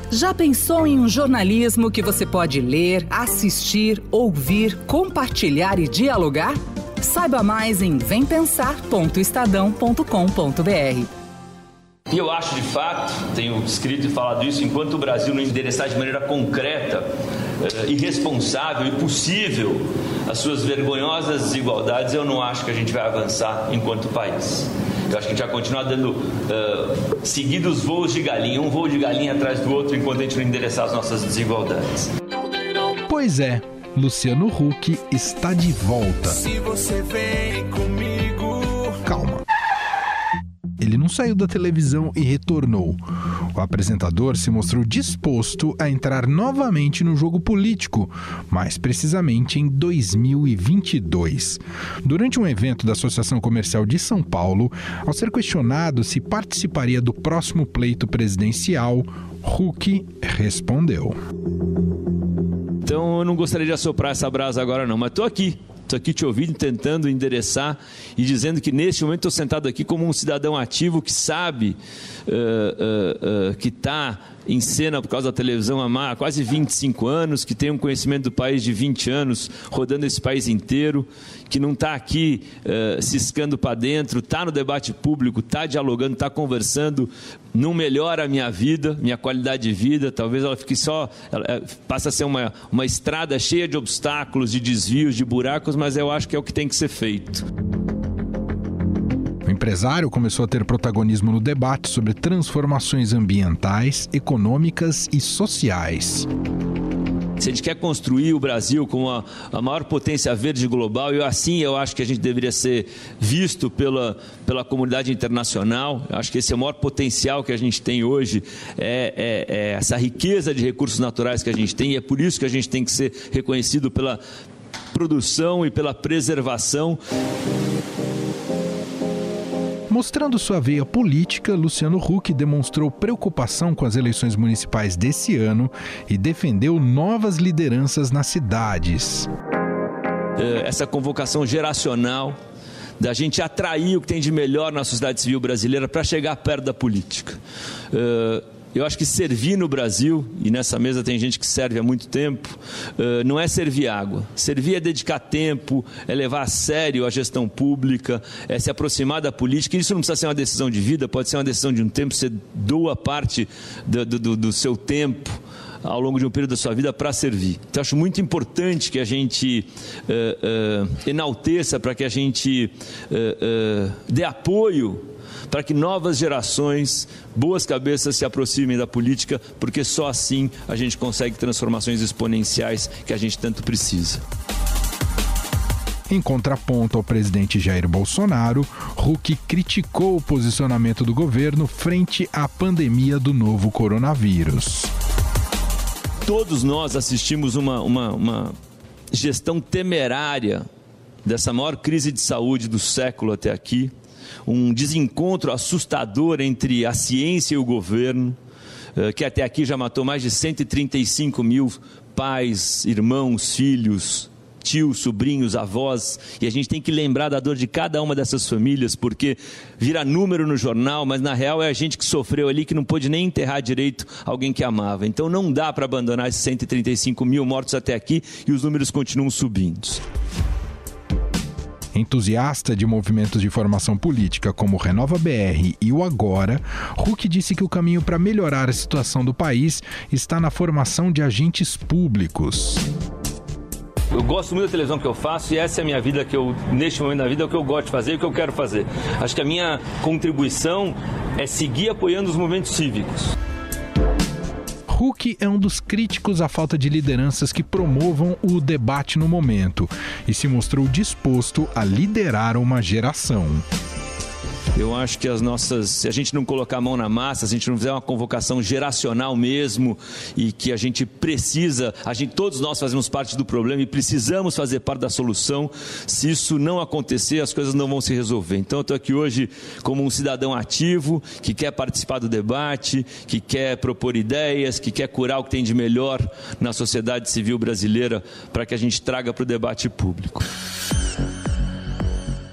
Já pensou em um jornalismo que você pode ler, assistir, ouvir, compartilhar e dialogar? Saiba mais em vempensar.estadão.com.br. E eu acho, de fato, tenho escrito e falado isso, enquanto o Brasil não endereçar de maneira concreta, irresponsável e possível as suas vergonhosas desigualdades, eu não acho que a gente vai avançar enquanto país. Eu acho que a gente vai continuar dando seguidos voos de galinha, um voo de galinha atrás do outro, enquanto a gente não endereçar as nossas desigualdades. Pois é, Luciano Huck está de volta. Se você vem comigo... Calma. Ele não saiu da televisão e retornou. O apresentador se mostrou disposto a entrar novamente no jogo político, mais precisamente em 2022. Durante um evento da Associação Comercial de São Paulo, ao ser questionado se participaria do próximo pleito presidencial, Huck respondeu. Então eu não gostaria de assoprar essa brasa agora não, mas estou aqui te ouvindo, tentando endereçar e dizendo que neste momento estou sentado aqui como um cidadão ativo que sabe que está em cena por causa da televisão há quase 25 anos, que tem um conhecimento do país de 20 anos, rodando esse país inteiro, que não está aqui ciscando para dentro, está no debate público, está dialogando, está conversando, não melhora a minha vida, minha qualidade de vida, talvez ela fique passa a ser uma estrada cheia de obstáculos, de desvios, de buracos, mas eu acho que é o que tem que ser feito. O empresário começou a ter protagonismo no debate sobre transformações ambientais, econômicas e sociais. Se a gente quer construir o Brasil como a maior potência verde global, e assim eu acho que a gente deveria ser visto pela comunidade internacional, eu acho que esse é o maior potencial que a gente tem hoje, é essa riqueza de recursos naturais que a gente tem, e é por isso que a gente tem que ser reconhecido pela produção e pela preservação. Mostrando sua veia política, Luciano Huck demonstrou preocupação com as eleições municipais desse ano e defendeu novas lideranças nas cidades. Essa convocação geracional da gente atrair o que tem de melhor na sociedade civil brasileira para chegar perto da política. Eu acho que servir no Brasil, e nessa mesa tem gente que serve há muito tempo, não é servir água. Servir é dedicar tempo, é levar a sério a gestão pública, é se aproximar da política. Isso não precisa ser uma decisão de vida, pode ser uma decisão de um tempo, você doa parte do seu tempo ao longo de um período da sua vida para servir. Então, acho muito importante que a gente enalteça, para que a gente dê apoio para que novas gerações, boas cabeças se aproximem da política, porque só assim a gente consegue transformações exponenciais que a gente tanto precisa. Em contraponto ao presidente Jair Bolsonaro, Huck criticou o posicionamento do governo frente à pandemia do novo coronavírus. Todos nós assistimos uma gestão temerária dessa maior crise de saúde do século até aqui, um desencontro assustador entre a ciência e o governo, que até aqui já matou mais de 135 mil pais, irmãos, filhos, tios, sobrinhos, avós, e a gente tem que lembrar da dor de cada uma dessas famílias, porque vira número no jornal, mas na real é a gente que sofreu ali, que não pôde nem enterrar direito alguém que amava. Então não dá para abandonar esses 135 mil mortos até aqui, e os números continuam subindo. Entusiasta de movimentos de formação política como o Renova BR e o Agora, Huck disse que o caminho para melhorar a situação do país está na formação de agentes públicos. Eu gosto muito da televisão que eu faço, e essa é a minha vida, neste momento da vida, é o que eu gosto de fazer e o que eu quero fazer. Acho que a minha contribuição é seguir apoiando os movimentos cívicos. Huck é um dos críticos à falta de lideranças que promovam o debate no momento e se mostrou disposto a liderar uma geração. Eu acho que se a gente não colocar a mão na massa, se a gente não fizer uma convocação geracional mesmo, e que a gente precisa, todos nós fazemos parte do problema e precisamos fazer parte da solução, se isso não acontecer, as coisas não vão se resolver. Então eu estou aqui hoje como um cidadão ativo, que quer participar do debate, que quer propor ideias, que quer curar o que tem de melhor na sociedade civil brasileira, para que a gente traga para o debate público.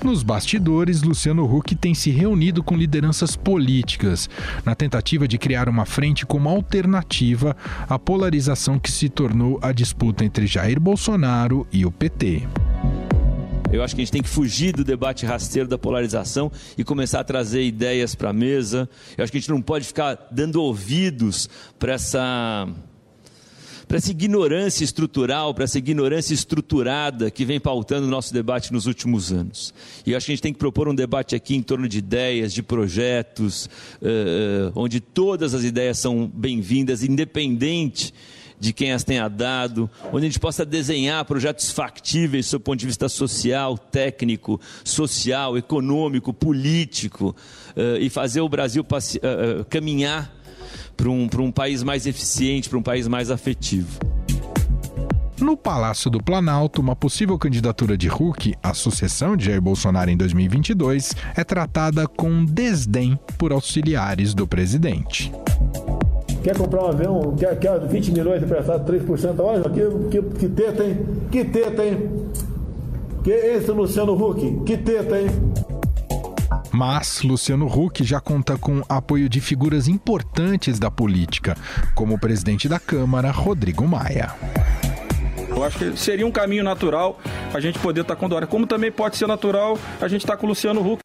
Nos bastidores, Luciano Huck tem se reunido com lideranças políticas, na tentativa de criar uma frente como alternativa à polarização que se tornou a disputa entre Jair Bolsonaro e o PT. Eu acho que a gente tem que fugir do debate rasteiro da polarização e começar a trazer ideias para a mesa. Eu acho que a gente não pode ficar dando ouvidos para essa ignorância estrutural, para essa ignorância estruturada que vem pautando o nosso debate nos últimos anos. E eu acho que a gente tem que propor um debate aqui em torno de ideias, de projetos, onde todas as ideias são bem-vindas, independente de quem as tenha dado, onde a gente possa desenhar projetos factíveis do ponto de vista social, técnico, social, econômico, político, e fazer o Brasil caminhar para um país mais eficiente, para um país mais afetivo. No Palácio do Planalto, uma possível candidatura de Huck à sucessão de Jair Bolsonaro em 2022 é tratada com desdém por auxiliares do presidente. Quer comprar um avião, quer 20 milhões emprestado, 3%, olha, que teta, hein? Que teta, hein? Que esse Luciano Huck, que teta, hein? Mas Luciano Huck já conta com apoio de figuras importantes da política, como o presidente da Câmara, Rodrigo Maia. Eu acho que seria um caminho natural a gente poder estar com o Dória, como também pode ser natural a gente estar com o Luciano Huck.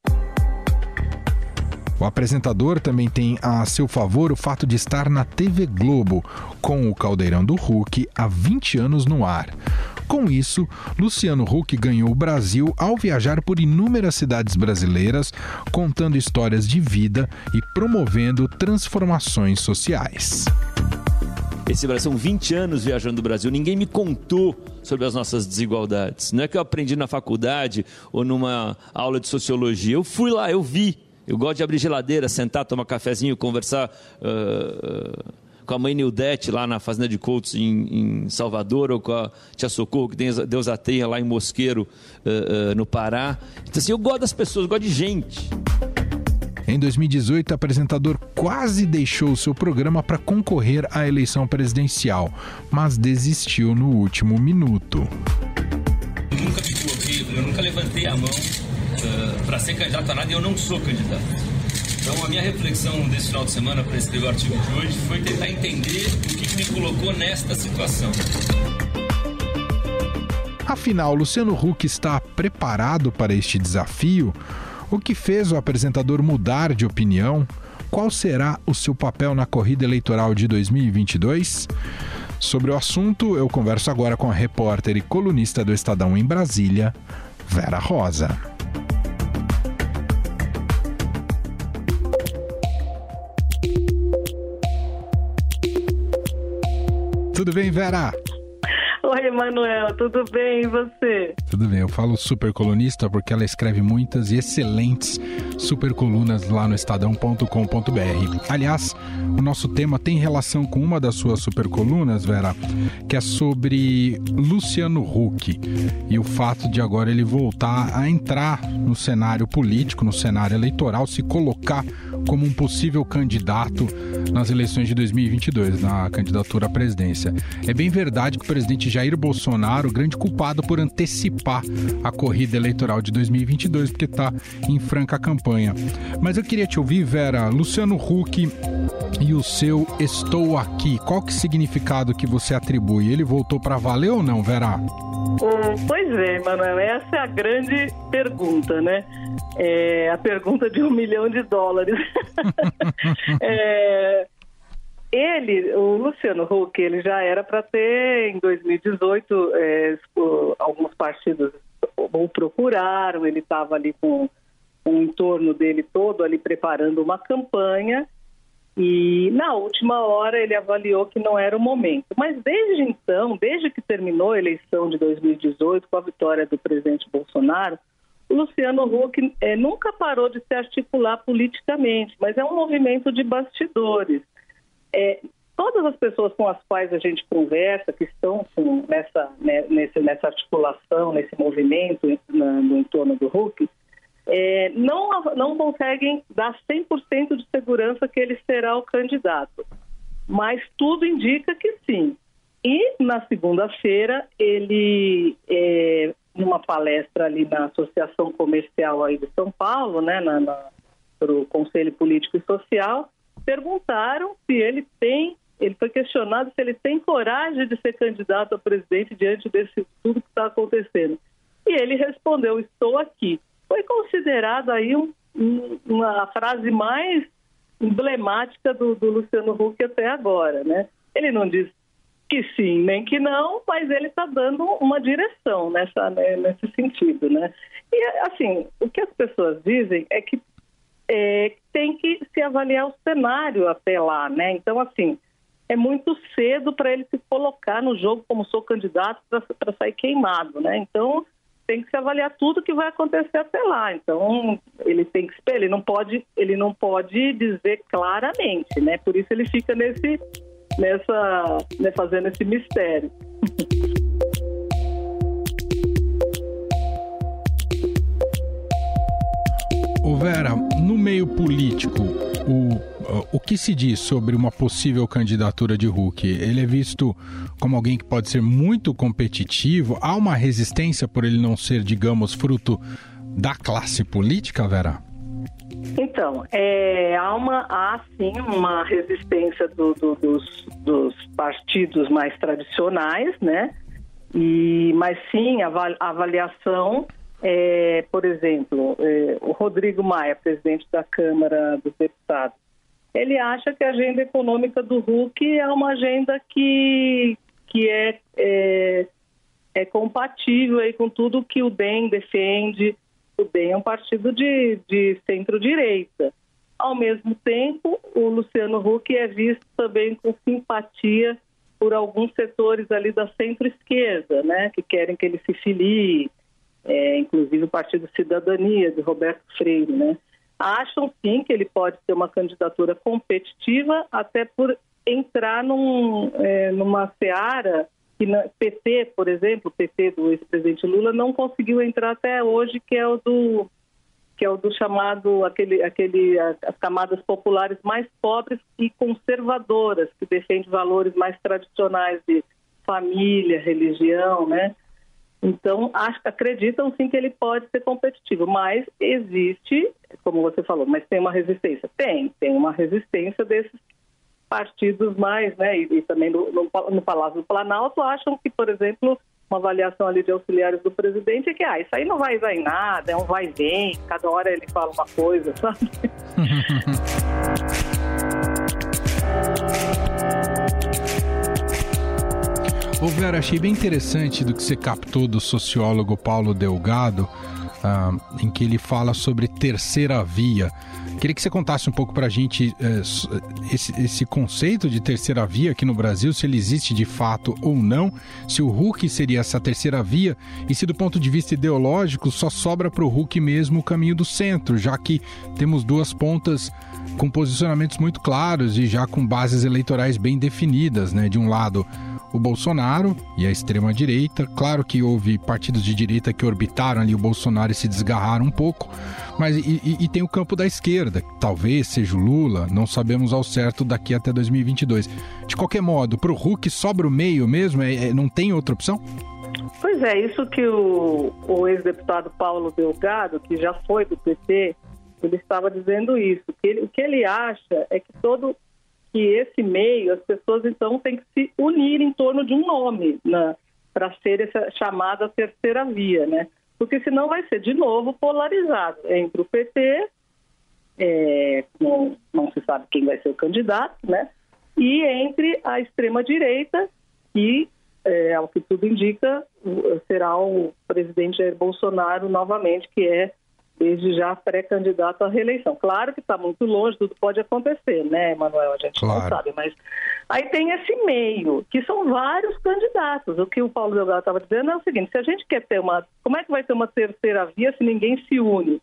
O apresentador também tem a seu favor o fato de estar na TV Globo, com o Caldeirão do Huck há 20 anos no ar. Com isso, Luciano Huck ganhou o Brasil ao viajar por inúmeras cidades brasileiras, contando histórias de vida e promovendo transformações sociais. Esse Brasil, são 20 anos viajando do Brasil, ninguém me contou sobre as nossas desigualdades. Não é que eu aprendi na faculdade ou numa aula de sociologia. Eu fui lá, eu vi. Eu gosto de abrir geladeira, sentar, tomar cafezinho, conversar com a mãe Nildete lá na Fazenda de Coutos em Salvador, ou com a tia Socorro, que tem Deus a tenha lá em Mosqueiro, no Pará. Então assim, eu gosto das pessoas, eu gosto de gente. Em 2018, o apresentador quase deixou o seu programa para concorrer à eleição presidencial, mas desistiu no último minuto. Eu nunca me coloquei, eu nunca levantei a mão para ser candidato a nada, e eu não sou candidato. Então a minha reflexão desse final de semana para esse artigo de hoje foi tentar entender o que me colocou nesta situação. Afinal, Luciano Huck está preparado para este desafio? O que fez o apresentador mudar de opinião? Qual será o seu papel na corrida eleitoral de 2022? Sobre o assunto, eu converso agora com a repórter e colunista do Estadão em Brasília, Vera Rosa. Tudo bem, Vera? Oi, Emanuel, tudo bem, e você? Tudo bem, eu falo super colunista porque ela escreve muitas e excelentes super colunas lá no estadão.com.br. Aliás, o nosso tema tem relação com uma das suas super colunas, Vera, que é sobre Luciano Huck e o fato de agora ele voltar a entrar no cenário político, no cenário eleitoral, se colocar como um possível candidato nas eleições de 2022, na candidatura à presidência. É bem verdade que o presidente Jair Bolsonaro, o grande culpado por antecipar a corrida eleitoral de 2022, porque está em franca campanha. Mas eu queria te ouvir, Vera, Luciano Huck e o seu Estou Aqui. Qual que é o significado que você atribui? Ele voltou para valer ou não, Vera? Pois é, Manuel, essa é a grande pergunta, né? É a pergunta de $1 milhão. O Luciano Huck, ele já era para ter, em 2018, alguns partidos o procuraram, ele estava ali com o entorno dele todo ali preparando uma campanha, e na última hora ele avaliou que não era o momento. Mas desde então, desde que terminou a eleição de 2018, com a vitória do presidente Bolsonaro, o Luciano Huck nunca parou de se articular politicamente, mas é um movimento de bastidores. Todas as pessoas com as quais a gente conversa, que estão nessa articulação, nesse movimento no entorno do Huck, não conseguem dar 100% de segurança que ele será o candidato. Mas tudo indica que sim. E na segunda-feira ele numa palestra ali na Associação Comercial aí de São Paulo, né, para o Conselho Político e Social, perguntaram se ele foi questionado se ele tem coragem de ser candidato a presidente diante desse tudo que está acontecendo. E ele respondeu, estou aqui. Foi considerado aí uma frase mais emblemática do Luciano Huck até agora, né? Ele não diz que sim, nem que não, mas ele está dando uma direção nesse sentido, né? E, assim, o que as pessoas dizem é que tem que se avaliar o cenário até lá, né? Então, assim, é muito cedo para ele se colocar no jogo como sou candidato para sair queimado, né? Então, tem que se avaliar tudo que vai acontecer até lá. Então, ele tem que esperar, ele não pode dizer claramente, né? Por isso ele fica fazendo esse mistério. Ô Vera, no meio político, o que se diz sobre uma possível candidatura de Huck? Ele é visto como alguém que pode ser muito competitivo? Há uma resistência por ele não ser, digamos, da classe política, Vera? Então, há sim uma resistência dos partidos mais tradicionais, né? Mas sim, a avaliação, por exemplo, o Rodrigo Maia, presidente da Câmara dos Deputados, ele acha que a agenda econômica do Huck é uma agenda que é compatível aí com tudo que o DEM defende. O DEM é um partido de centro-direita. Ao mesmo tempo, o Luciano Huck é visto também com simpatia por alguns setores ali da centro-esquerda, né, que querem que ele se filie, inclusive o Partido Cidadania, de Roberto Freire, né. Acham, sim, que ele pode ter uma candidatura competitiva, até por entrar numa seara que PT, por exemplo, o PT do ex-presidente Lula não conseguiu entrar até hoje, que é o do chamado, as camadas populares mais pobres e conservadoras, que defendem valores mais tradicionais de família, religião, né? Então, acreditam sim que ele pode ser competitivo, mas existe, como você falou, mas tem uma resistência? Tem uma resistência desses partidos mais, né, e também no Palácio do Planalto acham que, por exemplo, uma avaliação ali de auxiliares do presidente é que isso aí não vai dar em nada, é um vai e vem, cada hora ele fala uma coisa, sabe? Ô Vera, achei bem interessante do que você captou do sociólogo Paulo Delgado, em que ele fala sobre terceira via. Queria que você contasse um pouco pra gente esse conceito de terceira via aqui no Brasil, se ele existe de fato ou não, se o Huck seria essa terceira via e se do ponto de vista ideológico só sobra pro Huck mesmo o caminho do centro, já que temos duas pontas com posicionamentos muito claros e já com bases eleitorais bem definidas, né? De um lado, o Bolsonaro e a extrema-direita. Claro que houve partidos de direita que orbitaram ali o Bolsonaro e se desgarraram um pouco, mas e tem o campo da esquerda, que talvez seja o Lula, não sabemos ao certo daqui até 2022. De qualquer modo, para o Huck sobra o meio mesmo? Não tem outra opção? Pois é, isso que o ex-deputado Paulo Delgado, que já foi do PT, ele estava dizendo isso, que o que ele acha é que esse meio, as pessoas então têm que se unir em torno de um nome para ser essa chamada terceira via, né? Porque senão vai ser de novo polarizado entre o PT, não se sabe quem vai ser o candidato, né? E entre a extrema-direita, que, ao que tudo indica, será o presidente Jair Bolsonaro novamente, que é desde já pré-candidato à reeleição. Claro que está muito longe, tudo pode acontecer, né, Manuel? A gente não sabe, mas aí tem esse meio, que são vários candidatos. O que o Paulo Delgado estava dizendo é o seguinte: se a gente quer ter como é que vai ter uma terceira via se ninguém se une?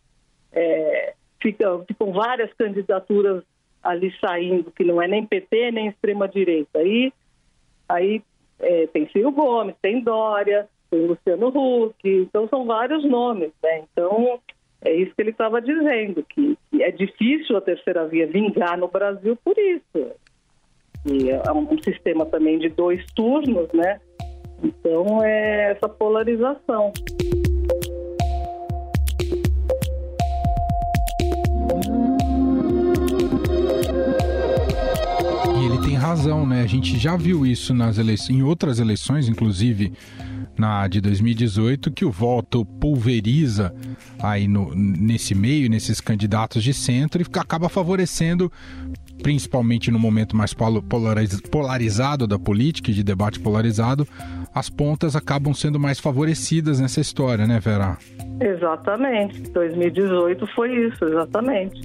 Ficam várias candidaturas ali saindo, que não é nem PT, nem extrema-direita. Aí tem Ciro Gomes, tem Dória, tem Luciano Huck, então são vários nomes, né? Então, é isso que ele estava dizendo, que é difícil a terceira via vingar no Brasil por isso. E é um sistema também de 2 turnos, né? Então, é essa polarização. razão, né? A gente já viu isso em outras eleições, inclusive na de 2018, que o voto pulveriza aí nesse meio, nesses candidatos de centro, e acaba favorecendo, principalmente no momento mais polarizado da política e de debate polarizado, as pontas acabam sendo mais favorecidas nessa história, né, Vera? Exatamente. 2018 foi isso, exatamente.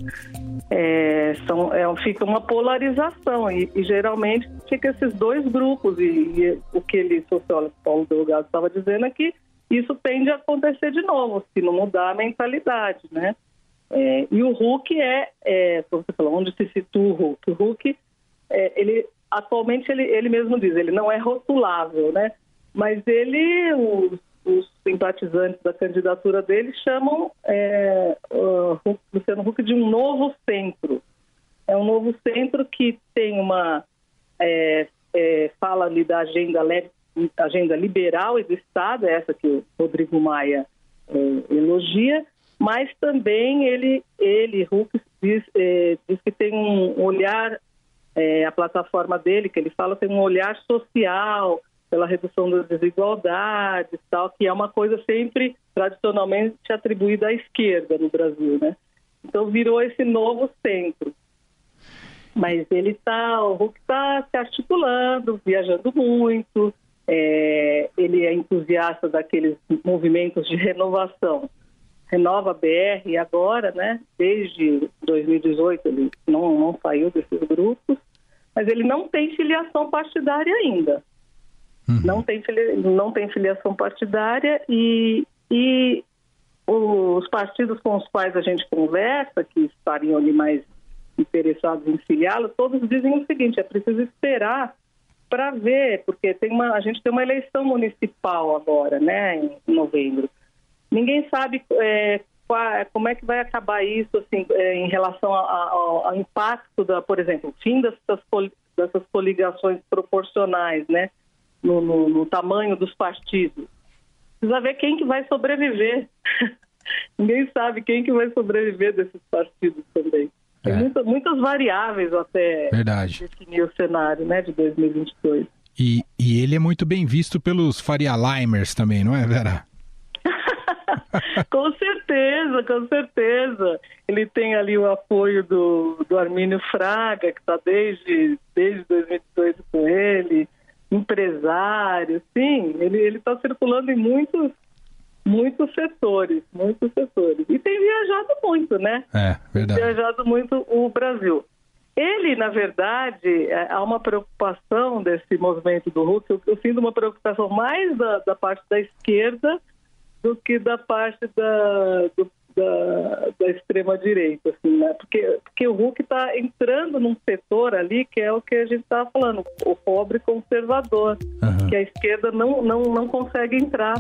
Fica uma polarização e geralmente fica esses dois grupos e o que o sociólogo Paulo Delgado estava dizendo é que isso tende a acontecer de novo, se não mudar a mentalidade, né? E o Huck você falou, onde se situa o Huck? O Huck, atualmente, ele mesmo diz, ele não é rotulável, né? Mas os simpatizantes da candidatura dele chamam Luciano Huck de um novo centro. É um novo centro que tem fala ali da agenda liberal e do Estado, essa que o Rodrigo Maia elogia, mas também Huck, diz que tem um olhar, a plataforma dele, que ele fala, tem um olhar social, pela redução das desigualdades, tal, que é uma coisa sempre tradicionalmente atribuída à esquerda no Brasil, né? Então virou esse novo centro. Mas o Huck está se articulando, viajando muito, ele é entusiasta daqueles movimentos de renovação. Renova a BR agora, né? Desde 2018 ele não saiu desses grupos, mas ele não tem filiação partidária ainda. Não tem filiação partidária e os partidos com os quais a gente conversa, que estariam ali mais interessados em filiá-lo, todos dizem o seguinte: é preciso esperar para ver, porque a gente tem uma eleição municipal agora, né, em novembro. Ninguém sabe como é que vai acabar isso, assim, em relação ao impacto por exemplo, o fim dessas coligações proporcionais, né? No tamanho dos partidos. Precisa ver quem que vai sobreviver. Ninguém sabe quem que vai sobreviver desses partidos também. Tem muitas variáveis até definir o cenário, né, de 2022. E ele é muito bem visto pelos Faria Limers também, não é, Vera? Com certeza. Ele tem ali o apoio do Armínio Fraga, que está desde 2018 com ele, empresário, sim, ele está circulando em muitos setores. E tem viajado muito, né? Verdade. Tem viajado muito o Brasil. Ele, na verdade, há uma preocupação desse movimento do Huck, eu sinto uma preocupação mais da parte da esquerda do que da parte da extrema-direita, assim, né? Porque o Huck está entrando num setor ali que é o que a gente estava falando, o pobre conservador, que a esquerda não consegue entrar.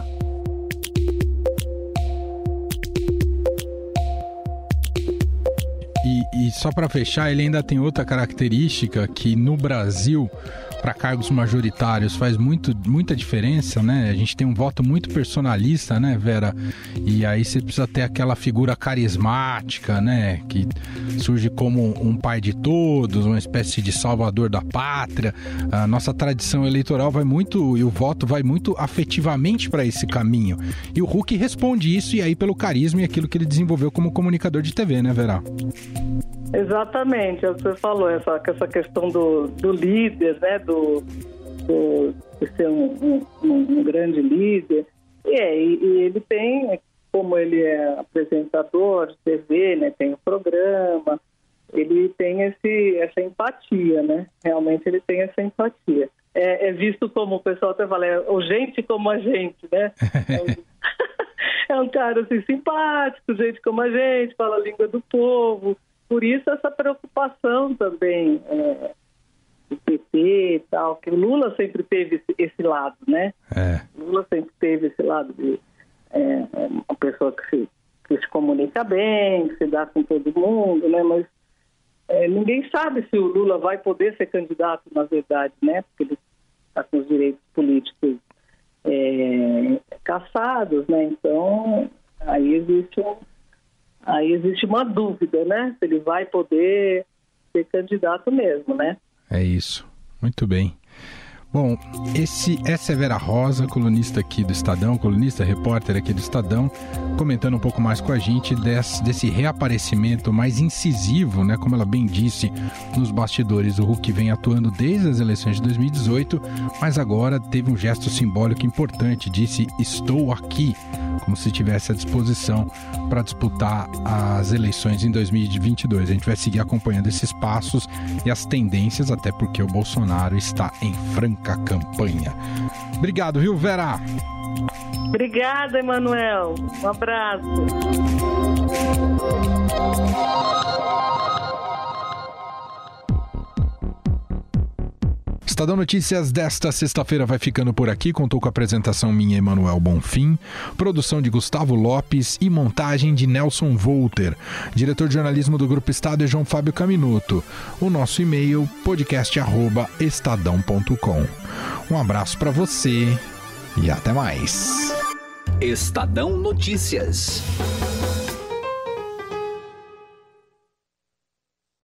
E só para fechar, ele ainda tem outra característica que no Brasil, para cargos majoritários, faz muita diferença, né? A gente tem um voto muito personalista, né, Vera? E aí você precisa ter aquela figura carismática, né? Que surge como um pai de todos, uma espécie de salvador da pátria. A nossa tradição eleitoral vai muito, e o voto vai muito afetivamente para esse caminho. E o Huck responde isso, e aí pelo carisma e aquilo que ele desenvolveu como comunicador de TV, né, Vera? Exatamente, é o que você falou, essa questão do líder, né, de ser um grande líder. E ele tem, como ele é apresentador de TV, né, tem o programa, ele tem essa empatia, né? Realmente ele tem essa empatia. É visto como, o pessoal até fala, gente como a gente, né? É um cara assim, simpático, gente como a gente, fala a língua do povo. Por isso essa preocupação também do PT e tal, que o Lula sempre teve esse lado, né? Lula sempre teve esse lado de uma pessoa que se comunica bem, que se dá com todo mundo, né? Mas ninguém sabe se o Lula vai poder ser candidato, na verdade, né? Porque ele está com os direitos políticos caçados, né? Então, aí existe uma dúvida, né? Se ele vai poder ser candidato mesmo, né? É isso. Muito bem. Bom, essa é Vera Rosa, colunista aqui do Estadão, repórter aqui do Estadão, comentando um pouco mais com a gente desse reaparecimento mais incisivo, né? Como ela bem disse, nos bastidores. O Huck vem atuando desde as eleições de 2018, mas agora teve um gesto simbólico importante, disse "estou aqui", como se estivesse à disposição para disputar as eleições em 2022. A gente vai seguir acompanhando esses passos e as tendências, até porque o Bolsonaro está em franca campanha. Obrigado, viu, Vera? Obrigada, Emanuel. Um abraço. Estadão Notícias desta sexta-feira vai ficando por aqui. Contou com a apresentação minha, Emanuel Bonfim, produção de Gustavo Lopes e montagem de Nelson Volter. Diretor de jornalismo do Grupo Estado é João Fábio Caminuto. O nosso e-mail, podcast@estadão.com. Um abraço para você e até mais. Estadão Notícias.